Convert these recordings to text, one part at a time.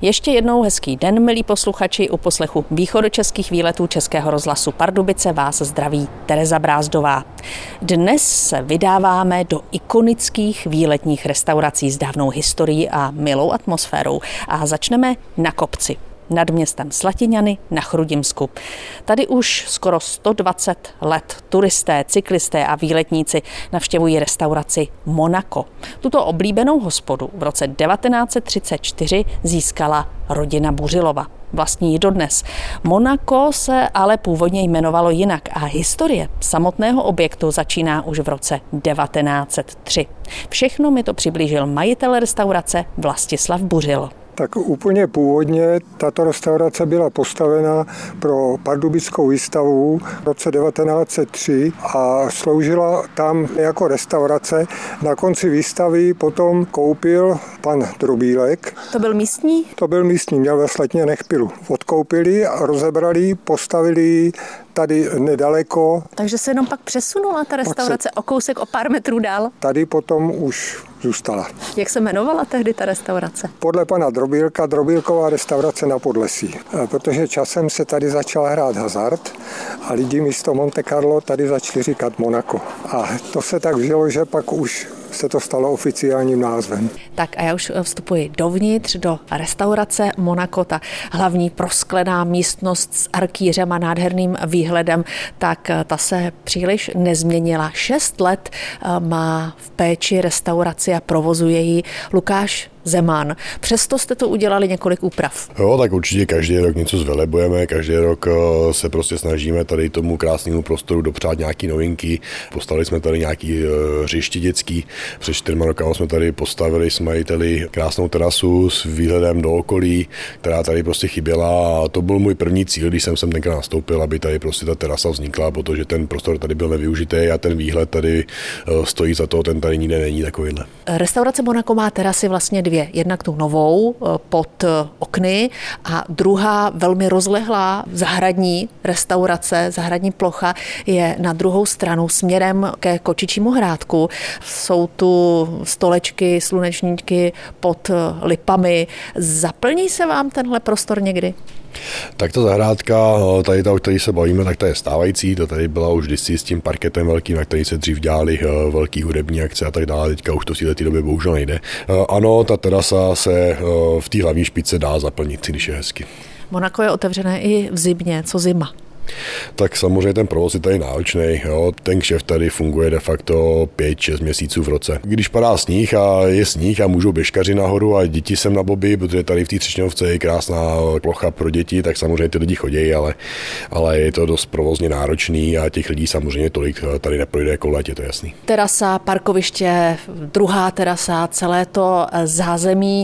Ještě jednou hezký den, milí posluchači, u poslechu východočeských výletů Českého rozhlasu Pardubice vás zdraví Tereza Brázdová. Dnes se vydáváme do ikonických výletních restaurací s dávnou historií a milou atmosférou a začneme na kopci nad městem Slatiňany na Chrudimsku. Tady už skoro 120 let turisté, cyklisté a výletníci navštěvují restauraci Monako. Tuto oblíbenou hospodu v roce 1934 získala rodina Buřilova. Vlastní ji dodnes. Monako se ale původně jmenovalo jinak a historie samotného objektu začíná už v roce 1903. Všechno mi to přiblížil majitel restaurace Vlastislav Buřil. Tak úplně původně tato restaurace byla postavena pro pardubickou výstavu v roce 1903 a sloužila tam jako restaurace. Na konci výstavy potom koupil pan Drobílek. To byl místní? To byl místní, měl ve Sletňanech pilu. Odkoupili a rozebrali, postavili tady nedaleko. Takže se jenom pak přesunula ta restaurace o kousek, o pár metrů dál? Tady potom už zůstala. Jak se jmenovala tehdy ta restaurace? Podle pana Drobílka, Drobílková restaurace na Podlesí. Protože časem se tady začal hrát hazard a lidi místo Monte Carlo tady začali říkat Monako. A to se tak vžilo, že pak už se to stalo oficiálním názvem. Tak a já už vstupuji dovnitř do restaurace Monako, ta hlavní prosklená místnost s arkýřem a nádherným výhledem, tak ta se příliš nezměnila. 6 let má v péči restauraci a provozuje ji Lukáš Zeman. Přesto jste to udělali několik úprav. Jo, tak určitě každý rok něco zvelebujeme, každý rok se prostě snažíme tady tomu krásnému prostoru dopřát nějaký novinky. Postavili jsme tady nějaký hřiště dětský. Před 4 rokama jsme tady postavili s majiteli krásnou terasu s výhledem do okolí, která tady prostě chyběla a to byl můj první cíl, když jsem sem tenkrát nastoupil, aby tady prostě ta terasa vznikla, protože ten prostor tady byl nevyužitý a ten výhled tady stojí za to, ten tady nikde není takovýhle. Restaurace Monako má terasy vlastně dvě. Jednak tu novou pod okny a druhá velmi rozlehlá zahradní restaurace, zahradní plocha je na druhou stranu směrem ke Kočičímu hrádku. Jsou tu stolečky, slunečníky pod lipami. Zaplní se vám tenhle prostor někdy? Tak ta zahrádka, tady ta, o které se bavíme, tak ta je stávající, to tady byla už vždycky s tím parketem velkým, na který se dřív dělali velký hudební akce a tak dále, teďka už to v této době bohužel nejde. Ano, ta terasa se v té hlavní špičce dá zaplnit, když je hezky. Monako je otevřené i v zimě, co zima? Tak samozřejmě ten provoz je tady náročný. Ten kšeft tady funguje de facto 5-6 měsíců v roce. Když padá sníh a je sníh a můžou běžkaři nahoru a děti sem na boby, protože tady v té Třešňovce je krásná plocha pro děti, tak samozřejmě ty lidi chodí, ale je to dost provozně náročný a těch lidí samozřejmě tolik tady neprojde jako v létě, to je jasný. Terasa, parkoviště, druhá terasa, celé to zázemí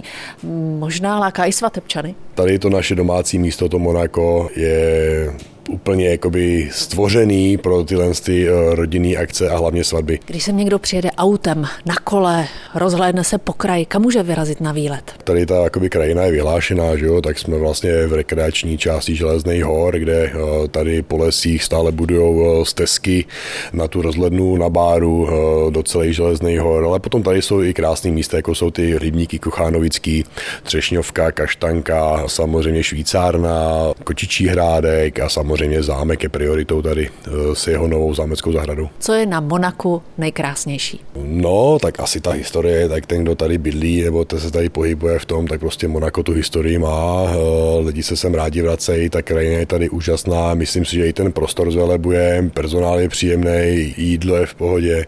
možná láká i svatebčany. Tady to naše domácí místo, to Monako, je úplně jakoby stvořený pro tyhle rodinné akce a hlavně svatby. Když sem někdo přijede autem, na kole, rozhlédne se po kraji, kam může vyrazit na výlet? Tady ta jakoby krajina je vyhlášená, že jo? Tak jsme vlastně v rekreační části Železných hor, kde tady po lesích stále budujou stezky na tu rozhlednu, na báru, do celých Železných hor, ale potom tady jsou i krásné místa, jako jsou ty rybníky Kochánovický, Třešňovka, Kaštanka, samozřejmě Švýcárna, Kočičí hrádek a samozřejmě zámek je prioritou tady s jeho novou zámeckou zahradou. Co je na Monaku nejkrásnější? No, tak asi ta historie, tak ten, kdo tady bydlí nebo ten se tady pohybuje v tom, tak prostě Monako tu historii má, lidi se sem rádi vracejí, ta krajina je tady úžasná, myslím si, že i ten prostor zvelebuje, personál je příjemný, jídlo je v pohodě.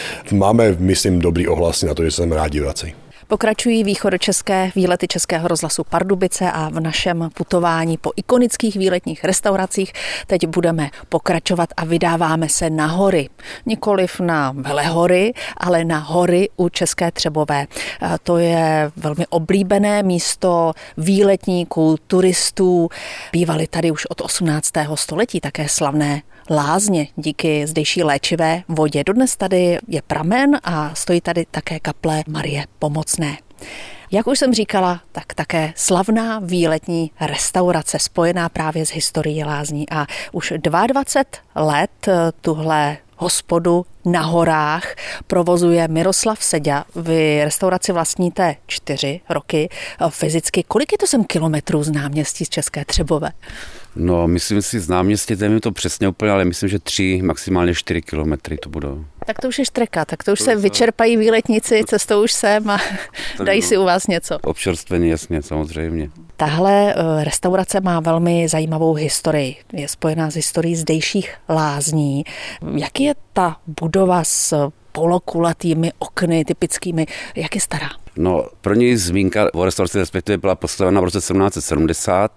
Máme, myslím, dobrý ohlasy na to, že se sem rádi vracejí. Pokračují východočeské výlety Českého rozhlasu Pardubice a v našem putování po ikonických výletních restauracích teď budeme pokračovat a vydáváme se na hory. Nikoliv na velehory, ale na hory u České Třebové. To je velmi oblíbené místo výletníků, turistů. Bývaly tady už od 18. století také slavné lázně díky zdejší léčivé vodě. Dodnes tady je pramen a stojí tady také kaple Marie Pomocné. Jak už jsem říkala, tak také slavná výletní restaurace spojená právě s historií lázní a už 22 let tuhle hospodu na horách provozuje Miroslav Seďa. Vy restauraci vlastníte 4 roky fyzicky. Kolik je to sem kilometrů z náměstí z České Třebové? No, myslím si z náměstí, nevím to přesně úplně, ale myslím, že 3, maximálně 4 kilometry to budou. Tak to už je štreka, tak to už se vyčerpají výletníci, cestou už sem a dají si u vás něco. Občerstvení, jasně, samozřejmě. Tahle restaurace má velmi zajímavou historii. Je spojená s historií zdejších lázní. Jak je ta budova s polokulatými okny typickými, jak je stará? No, pro něj zmínka o restauraci respektive byla postavena v roce 1770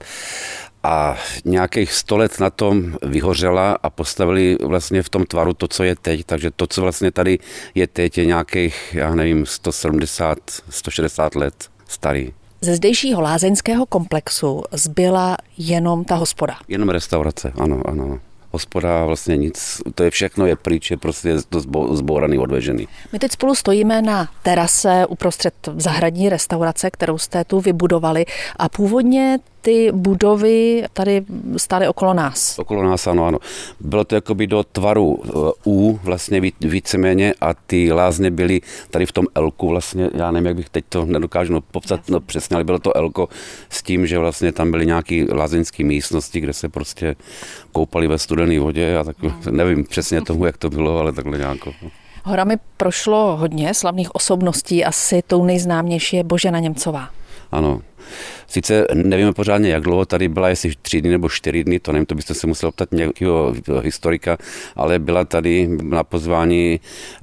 a nějakých 100 let na tom vyhořela a postavili vlastně v tom tvaru to, co je teď. Takže to, co vlastně tady je teď, je nějakých, já nevím, 170, 160 let starý. Ze zdejšího lázeňského komplexu zbyla jenom ta hospoda. Jenom restaurace, ano. Hospoda vlastně nic, to je všechno, je pryč, je prostě to zbouraný, odvežený. My teď spolu stojíme na terase uprostřed zahradní restaurace, kterou jste tu vybudovali a původně ty budovy tady stály okolo nás. Okolo nás, ano. Bylo to jakoby do tvaru U, vlastně víceméně a ty lázně byly tady v tom L-ku vlastně, já nevím, jak bych teď to nedokážu popsat přesně, ale bylo to L-ko s tím, že vlastně tam byly nějaké lázeňské místnosti, kde se prostě koupali ve studené vodě a tak, nevím přesně tomu, jak to bylo, ale takhle nějako. Horami prošlo hodně slavných osobností, asi tou nejznámější je Božena Němcová. Ano. Sice nevíme pořádně, jak dlouho tady byla, jestli 3 dny nebo 4 dny, to nevím, to byste se musel ptat nějakého historika, ale byla tady na pozvání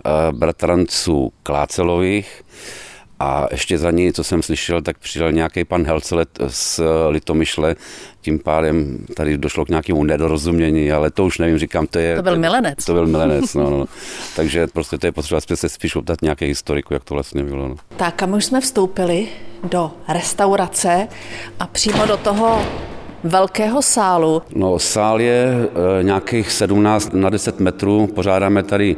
bratranců Klácelových a ještě za ní, co jsem slyšel, tak přijel nějaký pan Helcelet z Litomyšle, tím pádem tady došlo k nějakému nedorozumění, ale to už nevím, říkám, to je... To byl milenec. To byl milenec, no. Takže prostě to je potřeba se spíš optat nějaké historiku, jak to vlastně bylo. No. Tak a my už jsme vstoupili do restaurace a přímo do toho velkého sálu. No, sál je nějakých 17 na 10 metrů, pořádáme tady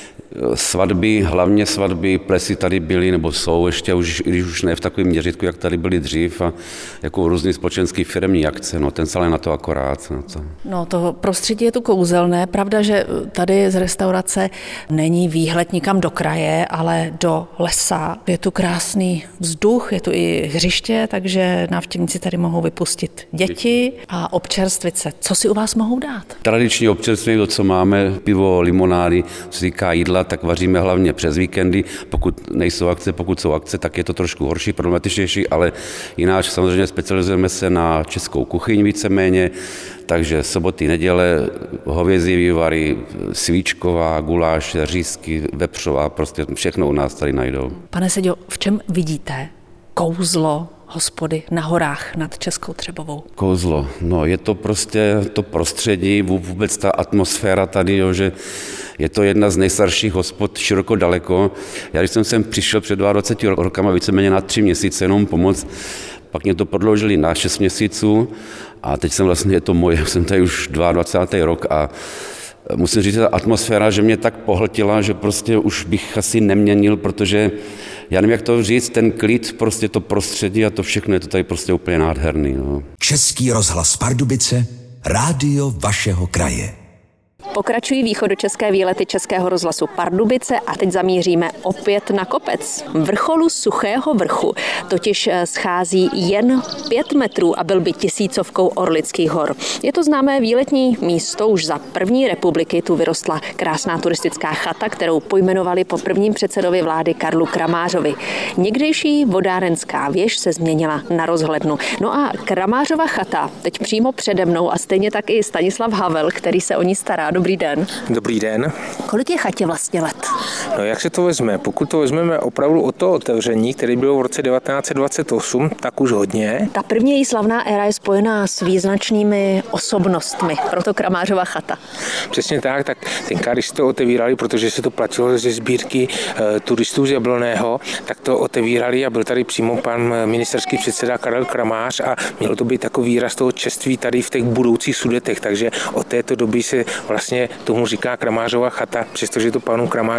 svatby, hlavně svatby, plesy tady byly nebo jsou ještě, když už ne v takovém měřítku, jak tady byly dřív a jako různý společenský firemní akce, no ten sál je na to akorát. No to prostředí je tu kouzelné, pravda, že tady z restaurace není výhled nikam do kraje, ale do lesa. Je tu krásný vzduch, je tu i hřiště, takže návštěvníci tady mohou vypustit děti a občerstvit se. Co si u vás mohou dát? Tradiční občerstvení, to, co máme, pivo, limonády, co se týká jídla, tak vaříme hlavně přes víkendy. Pokud nejsou akce, pokud jsou akce, tak je to trošku horší, problematičnější, ale jinak samozřejmě specializujeme se na českou kuchyň víceméně, takže soboty, neděle, hovězí vývary, svíčková, guláš, řízky, vepřová, prostě všechno u nás tady najdou. Pane Seďo, v čem vidíte kouzlo hospody na horách nad Českou Třebovou? Kouzlo, no je to prostě to prostředí, vůbec ta atmosféra tady, jo, že je to jedna z nejstarších hospod široko daleko. Já když jsem sem přišel před 22 rokama víceméně na 3 měsíce jenom pomoct, pak mě to prodloužili na 6 měsíců a teď jsem vlastně, je to moje, jsem tady už 22. rok a musím říct, ta atmosféra, že mě tak pohltila, že prostě už bych asi neměnil, protože já nevím, jak to říct, ten klid, prostě to prostředí a to všechno je to tady prostě úplně nádherný. No. Český rozhlas Pardubice, rádio vašeho kraje. Pokračují východočeské výlety Českého rozhlasu Pardubice a teď zamíříme opět na kopec. Vrcholu Suchého vrchu totiž schází jen 5 metrů a byl by tisícovkou Orlických hor. Je to známé výletní místo, už za první republiky tu vyrostla krásná turistická chata, kterou pojmenovali po prvním předsedovi vlády Karlu Kramářovi. Někdejší vodárenská věž se změnila na rozhlednu. No a Kramářova chata teď přímo přede mnou a stejně tak i Stanislav Havel, který se o ní stará. Dobrý den. Dobrý den. Kolik je chatě vlastně let? No jak se to vezme? Pokud to vezmeme opravdu od toho otevření, který bylo v roce 1928, tak už hodně. Ta první její slavná éra je spojená s význačnými osobnostmi, proto Kramářova chata. Přesně tak tenkrát, když to otevírali, protože se to platilo ze sbírky turistů z Jablonného, tak to otevírali a byl tady přímo pan ministerský předseda Karel Kramář a mělo to být takový výraz toho čeství tady v těch budoucích Sudetech, takže od této doby se vlastně tomu říká Kramářova chata, přestože to panu Kramářovi nikdy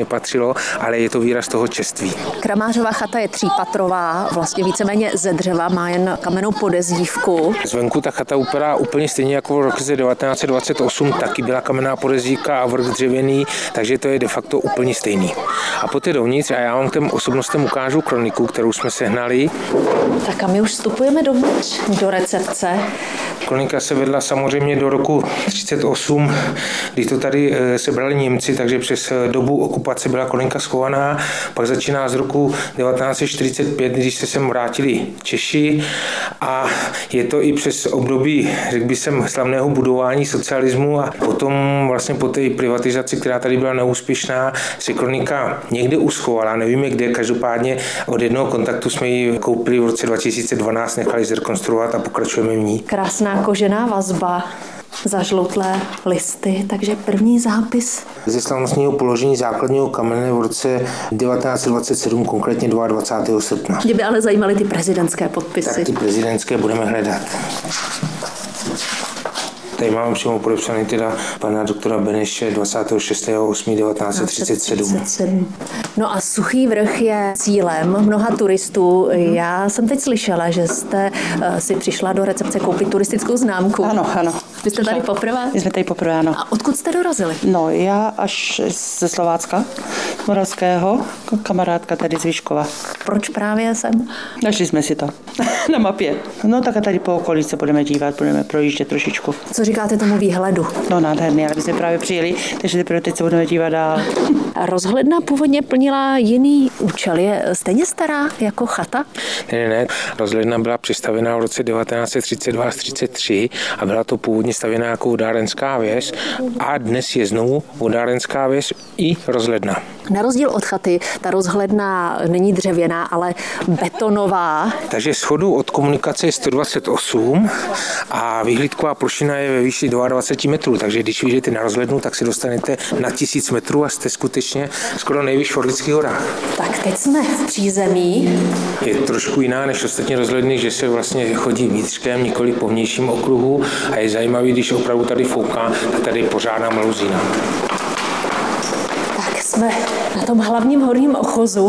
nepatřilo, ale je to výraz toho čeství. Kramářova chata je třípatrová, vlastně víceméně ze dřeva, má jen kamennou podezdívku. Zvenku ta chata vypadá úplně stejně jako v roce 1928, taky byla kamenná podezdívka a vrch dřevěný, takže to je de facto úplně stejný. A poté dovnitř, a já vám k těm osobnostem ukážu kroniku, kterou jsme sehnali. Tak a my už vstupujeme dovnitř, do recepce. Kronika se vedla samozřejmě do roku 1938, kdy to tady sebrali Němci, takže přes dobu okupace byla kronika schovaná. Pak začíná z roku 1945, když se sem vrátili Češi a je to i přes období, řekl bych jsem, slavného budování socialismu a potom vlastně po té privatizaci, která tady byla neúspěšná, se kronika někde uschovala, nevíme kde, každopádně od jednoho kontaktu jsme ji koupili v roce 2012, nechali zrekonstruovat a pokračujeme v ní. Krásná kožená vazba, zažloutlé listy, takže první zápis. Ze slavnostního položení základního kamene v roce 1927, konkrétně 22. srpna. Mě by ale zajímaly ty prezidentské podpisy. Tak ty prezidentské budeme hledat. Tady máme přímo podepsaný teda pana doktora Beneše 26.8.1937. No a Suchý Vrch je cílem mnoha turistů. Já jsem teď slyšela, že jste si přišla do recepce koupit turistickou známku. Ano. Vy jste tady poprvé? My jsme tady poprvé, ano. A odkud jste dorazili? No, já až ze Slovácka, Moravského, kamarádka tady z Výškova. Proč právě sem? Našli jsme si to na mapě. No tak a tady po okolí se budeme dívat, budeme projíždět trošičku. Co říkáte tomu výhledu? No nádherný, ale my jsme právě přijeli, takže teprve teď se budeme dívat dál. Rozhledna původně plnila jiný účel. Je stejně stará jako chata? Ne. Rozhledna byla přistavěná v roce 1932 až 1933 a byla to původně stavěná jako vodárenská věž a dnes je znovu vodárenská věž i rozhledna. Na rozdíl od chaty, ta rozhledna není dřevěná, ale betonová. Takže schodu od komunikace je 128 a vyhlídková plošina je ve výši 22 metrů, takže když vyjdete na rozhlednu, tak se dostanete na 1000 metrů a jste skutečně skoro nejvyšší v Orlických horách. Tak teď jsme v přízemí. Je trošku jiná než ostatní rozhledny, že se vlastně chodí vnitřkem, nikoli po vnějším okruhu a je zajímavý, když opravdu tady fouká, tak tady je pořádná maluzina. Tak jsme na tom hlavním horním ochozu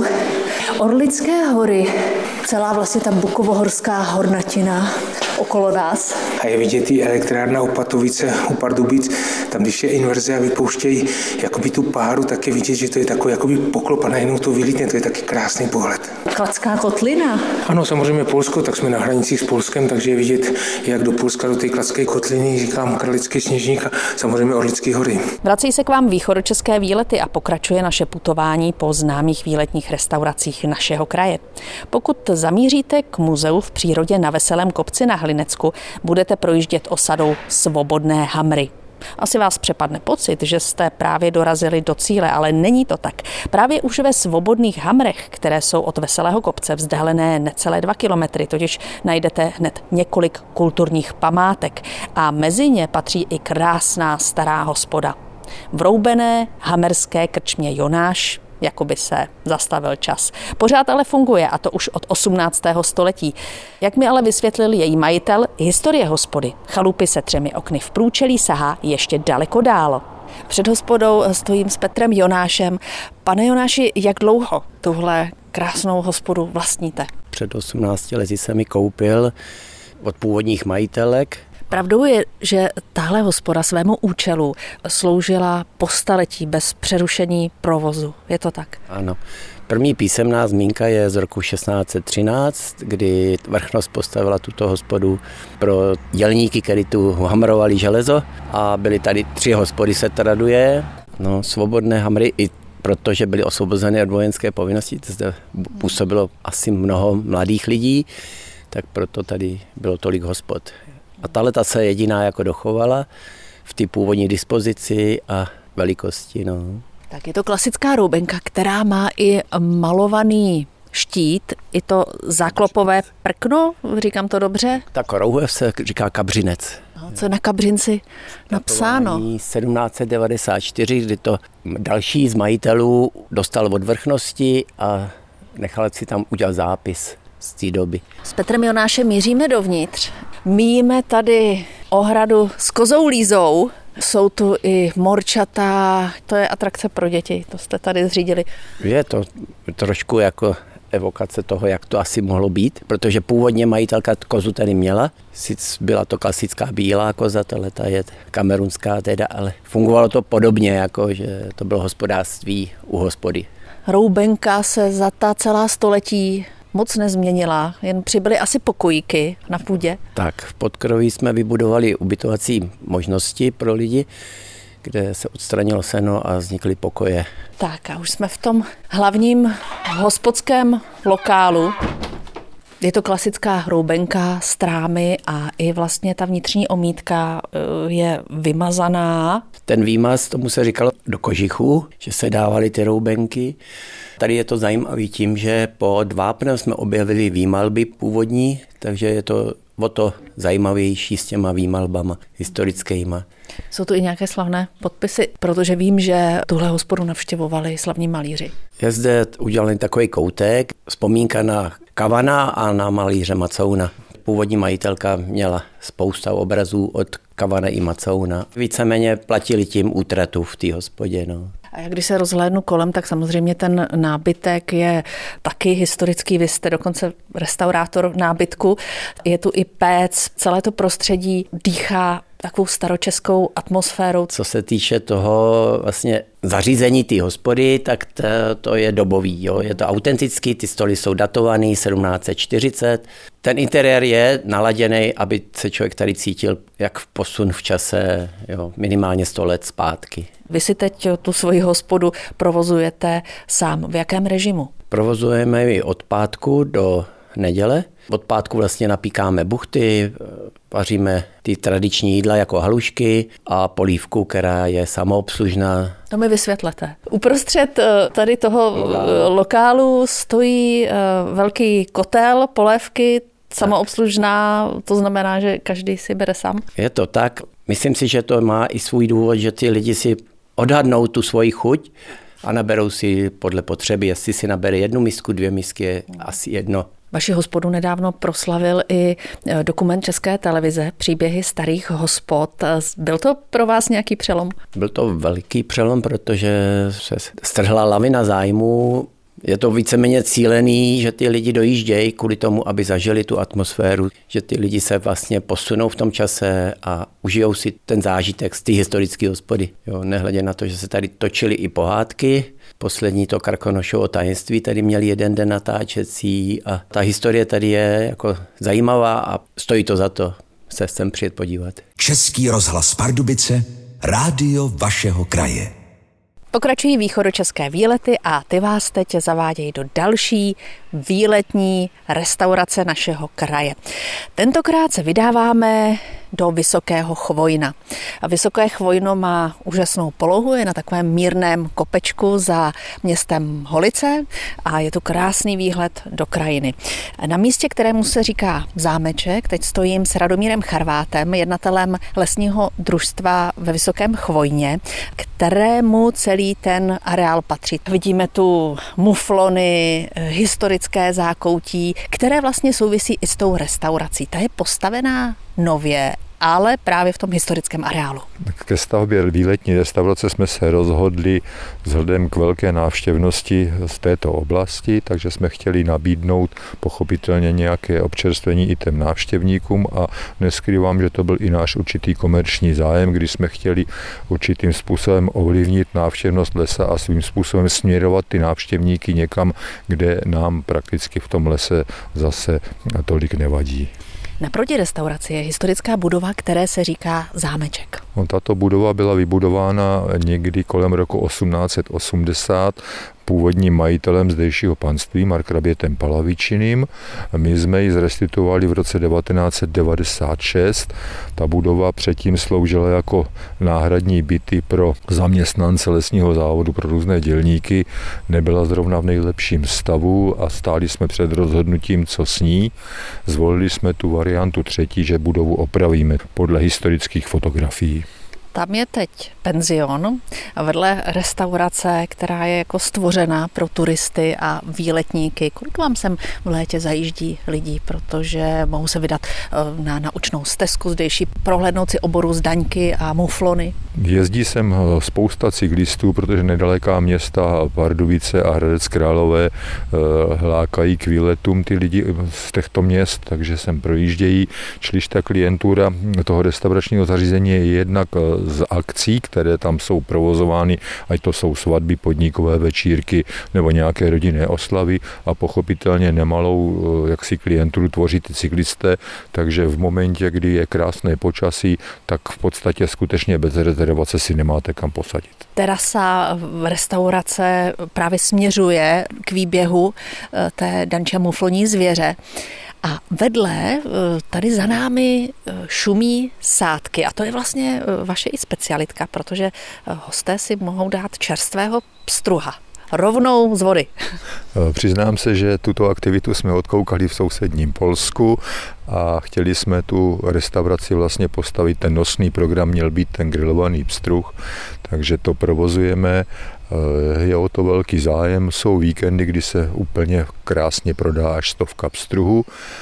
Orlické hory. Celá vlastně ta bukovohorská hornatina okolo nás. A je vidět i elektrárna Opatovice u Pardubic. Tam, když je inverze a vypouštějí jakoby tu páru, tak je vidět, že to je takový jakoby poklop a najednou to vylítne. To je taky krásný pohled. Kladská kotlina. Ano, samozřejmě Polsko, tak jsme na hranicích s Polskem, takže je vidět, jak do Polska, do té Kladské kotliny, říkám Kralický Sněžník a samozřejmě Orlické hory. Vrací se k vám východočeské výlety a pokračuje naše putování po známých výletních restauracích našeho kraje. Pokud zamíříte k muzeu v přírodě na Veselém kopci na Hlinecku, budete projíždět osadou Svobodné Hamry. Asi vás přepadne pocit, že jste právě dorazili do cíle, ale není to tak. Právě už ve Svobodných Hamrech, které jsou od Veselého kopce vzdálené necelé 2 kilometry, totiž najdete hned několik kulturních památek a mezi ně patří i krásná stará hospoda. V roubené hamerské krčmě Jonáš, jako by se zastavil čas. Pořád ale funguje, a to už od 18. století. Jak mi ale vysvětlil její majitel, historie hospody chalupy se 3 okny v průčelí sahá ještě daleko dál. Před hospodou stojím s Petrem Jonášem. Pane Jonáši, jak dlouho tuhle krásnou hospodu vlastníte? Před 18 lety jsem ji koupil od původních majitelek. Pravdou je, že tahle hospoda svému účelu sloužila po staletí bez přerušení provozu. Je to tak? Ano. První písemná zmínka je z roku 1613, kdy vrchnost postavila tuto hospodu pro dělníky, kteří tu hamrovali železo a byly tady 3 hospody, se traduje. No, Svobodné Hamry, i protože byly osvobozeny od vojenské povinnosti, to zde působilo asi mnoho mladých lidí, tak proto tady bylo tolik hospod. A tahleta se jediná jako dochovala v té původní dispozici a velikosti. No. Tak je to klasická roubenka, která má i malovaný štít, i to záklopové prkno, říkám to dobře? Tak rouhev se říká kabřinec. No, co je na kabřinci napsáno? 1794, kdy to další z majitelů dostal od vrchnosti a nechal si tam udělat zápis z té doby. S Petrem Jonášem míříme dovnitř. Míjíme tady ohradu s kozou Lízou. Jsou tu i morčata, to je atrakce pro děti, to jste tady zřídili. Je to trošku jako evokace toho, jak to asi mohlo být, protože původně majitelka kozu tady měla, sice byla to klasická bílá koza, tato je kamerunská teda, ale fungovalo to podobně, jako že to bylo hospodářství u hospody. Roubenka se za ta celá století moc nezměnila, jen přibyly asi pokojíky na půdě. Tak, v podkroví jsme vybudovali ubytovací možnosti pro lidi, kde se odstranilo seno a vznikly pokoje. Tak a už jsme v tom hlavním hospodském lokálu. Je to klasická hroubenka s trámy a i vlastně ta vnitřní omítka je vymazaná. Ten výmaz, tomu se říkalo do kožichu, že se dávaly ty roubenky. Tady je to zajímavé tím, že pod vápnem jsme objevili výmalby původní, takže je to o to zajímavější s těma výmalbama historickýma. Jsou tu i nějaké slavné podpisy, protože vím, že tuhle hospodu navštěvovali slavní malíři. Je zde udělaný takový koutek, vzpomínka na Kavana a na malíře Macouna. Původní majitelka měla spousta obrazů od Kavana i Macouna. Víceméně platili tím útratu v té hospodě. No. A jak když se rozhlédnu kolem, tak samozřejmě ten nábytek je taky historický. Vy jste dokonce restaurátor nábytku. Je tu i péc, celé to prostředí dýchá takovou staročeskou atmosférou. Co se týče toho vlastně zařízení té hospody, tak to je dobový. Jo? Je to autentický, ty stoly jsou datovaný 1740. Ten interiér je naladěný, aby se člověk tady cítil jak v posun v čase, jo? Minimálně 100 let zpátky. Vy si teď tu svoji hospodu provozujete sám. V jakém režimu? Provozujeme ji od pátku do neděle. Od pátku vlastně napíkáme buchty, vaříme ty tradiční jídla jako halušky a polívku, která je samoobslužná. To mi vysvětlete. Uprostřed tady toho lokálu stojí velký kotel, polévky, samoobslužná, to znamená, že každý si bere sám? Je to tak. Myslím si, že to má i svůj důvod, že ty lidi si odhadnou tu svoji chuť a naberou si podle potřeby. Jestli si nabere 1 misku, 2 misky, je asi jedno. Vaši hospodu nedávno proslavil i dokument České televize Příběhy starých hospod. Byl to pro vás nějaký přelom? Byl to velký přelom, protože se strhla lavina zájmu. Je to víceméně cílený, že ty lidi dojíždějí kvůli tomu, aby zažili tu atmosféru, že ty lidi se vlastně posunou v tom čase a užijou si ten zážitek z té historické hospody. Jo, nehledě na to, že se tady točily i pohádky. Poslední to Krkonošovo tajemství tady měli 1 den natáčecí a ta historie tady je jako zajímavá a stojí to za to se sem přijet podívat. Český rozhlas Pardubice, rádio vašeho kraje. Pokračují východočeské výlety a ty vás teď zavádějí do další výletní restaurace našeho kraje. Tentokrát se vydáváme do Vysokého Chvojna. A Vysoké Chvojno má úžasnou polohu, je na takovém mírném kopečku za městem Holice a je tu krásný výhled do krajiny. Na místě, kterému se říká Zámeček, teď stojím s Radomírem Charvátem, jednatelem lesního družstva ve Vysokém Chvojně, kterému celý ten areál patří. Vidíme tu muflony, historické zákoutí, které vlastně souvisí i s tou restaurací. Ta je postavená nově, ale právě v tom historickém areálu. Ke stavbě výletní restaurace jsme se rozhodli vzhledem k velké návštěvnosti z této oblasti, takže jsme chtěli nabídnout pochopitelně nějaké občerstvení i těm návštěvníkům a neskrývám, že to byl i náš určitý komerční zájem, kdy jsme chtěli určitým způsobem ovlivnit návštěvnost lesa a svým způsobem směrovat ty návštěvníky někam, kde nám prakticky v tom lese zase tolik nevadí. Naproti restauraci je historická budova, které se říká Zámeček. Tato budova byla vybudována někdy kolem roku 1880 původním majitelem zdejšího panství markrabětem Palavičiným. My jsme ji zrestituovali v roce 1996. Ta budova předtím sloužila jako náhradní byty pro zaměstnance lesního závodu, pro různé dělníky. Nebyla zrovna v nejlepším stavu a stáli jsme před rozhodnutím, co s ní. Zvolili jsme tu variantu třetí, že budovu opravíme podle historických fotografií. tam je teď penzion vedle restaurace, která je jako stvořená pro turisty a výletníky. Kolik vám sem v létě zajíždí lidí, protože mohou se vydat na naučnou stezku zdejší, prohlédnout si oboru Zdaňky a Muflony? Jezdí sem spousta cyklistů, protože nedaleká města Pardubice a Hradec Králové lákají k výletům ty lidi z těchto měst, takže sem projíždějí. Čiliž ta klientura toho restauračního zařízení je jednak z akcí, které tam jsou provozovány, ať to jsou svatby, podnikové večírky nebo nějaké rodinné oslavy, a pochopitelně nemalou jaksi klienturu tvoří ty cyklisté, takže v momentě, kdy je krásné počasí, tak v podstatě skutečně bez rezervace si nemáte kam posadit. Terasa restaurace právě směřuje k výběhu té Danče Mufloní zvěře. A vedle, tady za námi šumí sádky a to je vlastně vaše i specialitka, protože hosté si mohou dát čerstvého pstruha. Rovnou z vody. Přiznám se, že tuto aktivitu jsme odkoukali v sousedním Polsku a chtěli jsme tu restauraci vlastně postavit. Ten nosný program měl být ten grilovaný pstruh, takže to provozujeme. Je o to velký zájem. Jsou víkendy, kdy se úplně krásně prodá až 100 pstruhů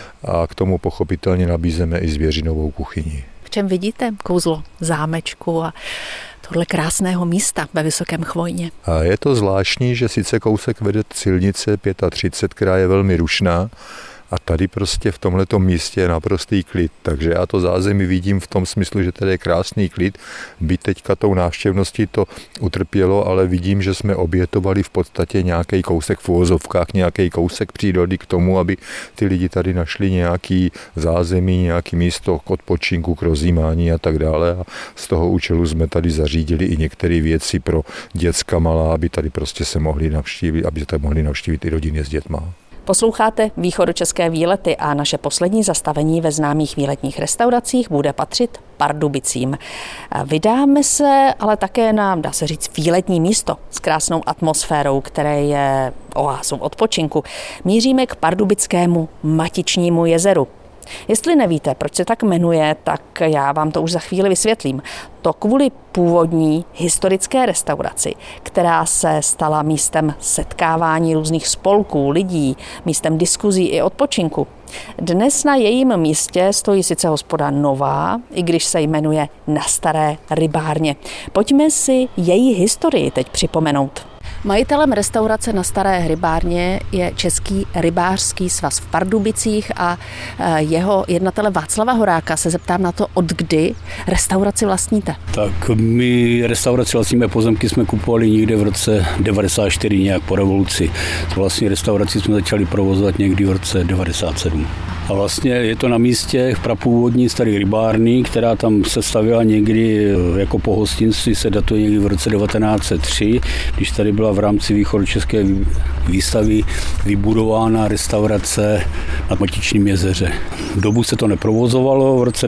a k tomu pochopitelně nabízíme i zvěřinovou kuchyni. V čem vidíte kouzlo zámečku a tohle krásného místa ve Vysokém Chvojně? A je to zvláštní, že sice kousek vede silnice 35, která je velmi rušná, a tady prostě v tomhletom místě je naprostý klid. Takže já to zázemí vidím v tom smyslu, že tady je krásný klid. Byť teďka tou návštěvností to utrpělo, ale vidím, že jsme obětovali v podstatě nějaký kousek v uvozovkách, nějaký kousek přírody k tomu, aby ty lidi tady našli nějaký zázemí, nějaký místo k odpočinku, k rozjímání a tak dále. A z toho účelu jsme tady zařídili i některé věci pro děcka malá, aby tady prostě se mohli navštívit, aby tady mohli navštívit i rodiny s dětma. Posloucháte východočeské výlety a naše poslední zastavení ve známých výletních restauracích bude patřit Pardubicím. Vydáme se ale také na, dá se říct, výletní místo s krásnou atmosférou, které je oázou odpočinku. Míříme k Pardubickému Matičnímu jezeru. Jestli nevíte, proč se tak jmenuje, tak já vám to už za chvíli vysvětlím. To kvůli původní historické restauraci, která se stala místem setkávání různých spolků, lidí, místem diskuzí i odpočinku. Dnes na jejím místě stojí sice hospoda nová, i když se jmenuje Na Staré rybárně. Pojďme si její historii teď připomenout. Majitelem restaurace Na Staré rybárně je Český rybářský svaz v Pardubicích a jeho jednatele Václava Horáka se zeptám na to, od kdy restauraci vlastníte. Tak my restauraci vlastníme, pozemky jsme kupovali někde v roce 94, nějak po revoluci. Vlastně restauraci jsme začali provozovat někdy v roce 97. A vlastně je to na místě prapůvodní staré rybárny, která tam se stavěla někdy jako pohostinství, se datuje někdy v roce 1903, když tady byla v rámci východočeské výstavy vybudována restaurace na Matičním jezeře. V dobu se to neprovozovalo, v roce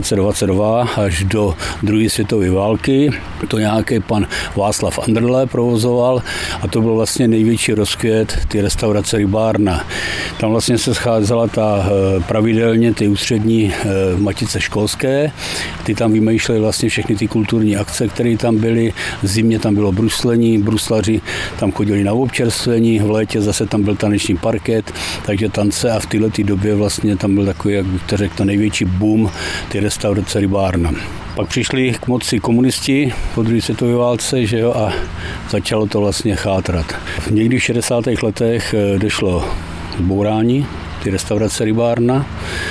1922 až do druhé světové války. To nějaký pan Václav Andrle provozoval a to byl vlastně největší rozkvět ty restaurace rybárna. Tam vlastně se scházela pravidelně ty ústřední matice školské, ty tam vymýšleli vlastně všechny ty kulturní akce, které tam byly. V zimě tam bylo bruslení, bruslaři tam chodili na občerstvení, v létě zase tam byl taneční parket, takže tance a v této době vlastně tam byl takový, jak bych to řekl, ten největší boom ty restaurace rybárna. Pak přišli k moci komunisti po druhé světové válce, že jo, a začalo to vlastně chátrat. Někdy v 60. letech došlo k bourání ty restaurace rybárna,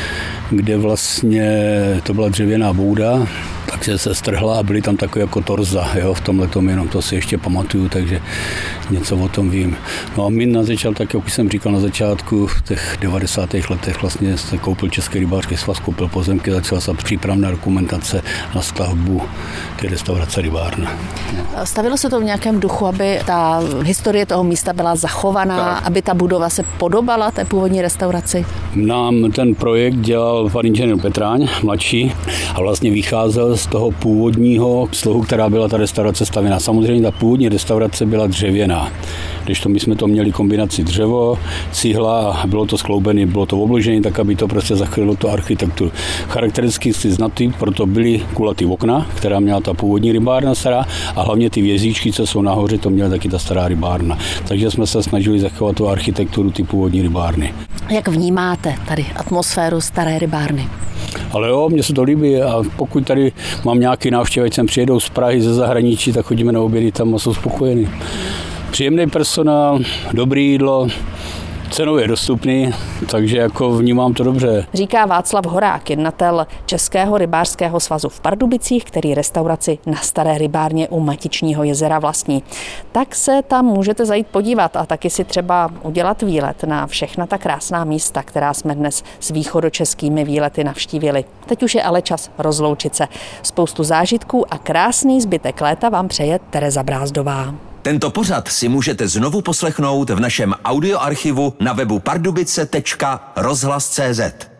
kde vlastně to byla dřevěná bouda, takže se strhla a byly tam takové jako torza, jo, v tomhletom, jenom to si ještě pamatuju, takže něco o tom vím. No a my na začátku, tak jak už jsem říkal na začátku, v těch 90. letech vlastně se koupil Český rybářský svaz, koupil pozemky, začala se přípravná dokumentace na stavbu té restaurace rybárna. No. Stavilo se to v nějakém duchu, aby ta historie toho místa byla zachovaná, tak, aby ta budova se podobala té původní restauraci? Nám ten projekt dělal pan inženýr Petráň, mladší, a vlastně vycházel z toho původního slohu, která byla ta restaurace stavěná. Samozřejmě ta původní restaurace byla dřevěná, když my jsme to měli kombinaci dřevo, cihla a bylo to skloubené, bylo to obložené tak, aby to prostě zachytilo tu architekturu. Charakteristicky si znatý, proto byly kulatý okna, která měla ta původní rybárna stará a hlavně ty vězíčky, co jsou nahoře, to měla taky ta stará rybárna. Takže jsme se snažili zachovat tu architekturu ty původní rybárny. Jak vnímáte tady atmosféru staré rybárny? Ale jo, mně se to líbí a pokud tady mám nějaký návštěvy, ať sem přijedou z Prahy, ze zahraničí, tak chodíme na obědy tam a jsou spokojení. Příjemný personál, dobré jídlo, cenově dostupný, takže jako vnímám to dobře. Říká Václav Horák, jednatel Českého rybářského svazu v Pardubicích, který restauraci na Staré rybárně u Matičního jezera vlastní. Tak se tam můžete zajít podívat a taky si třeba udělat výlet na všechna ta krásná místa, která jsme dnes s východočeskými výlety navštívili. Teď už je ale čas rozloučit se. Spoustu zážitků a krásný zbytek léta vám přeje Tereza Brázdová. Tento pořad si můžete znovu poslechnout v našem audioarchivu na webu pardubice.rozhlas.cz.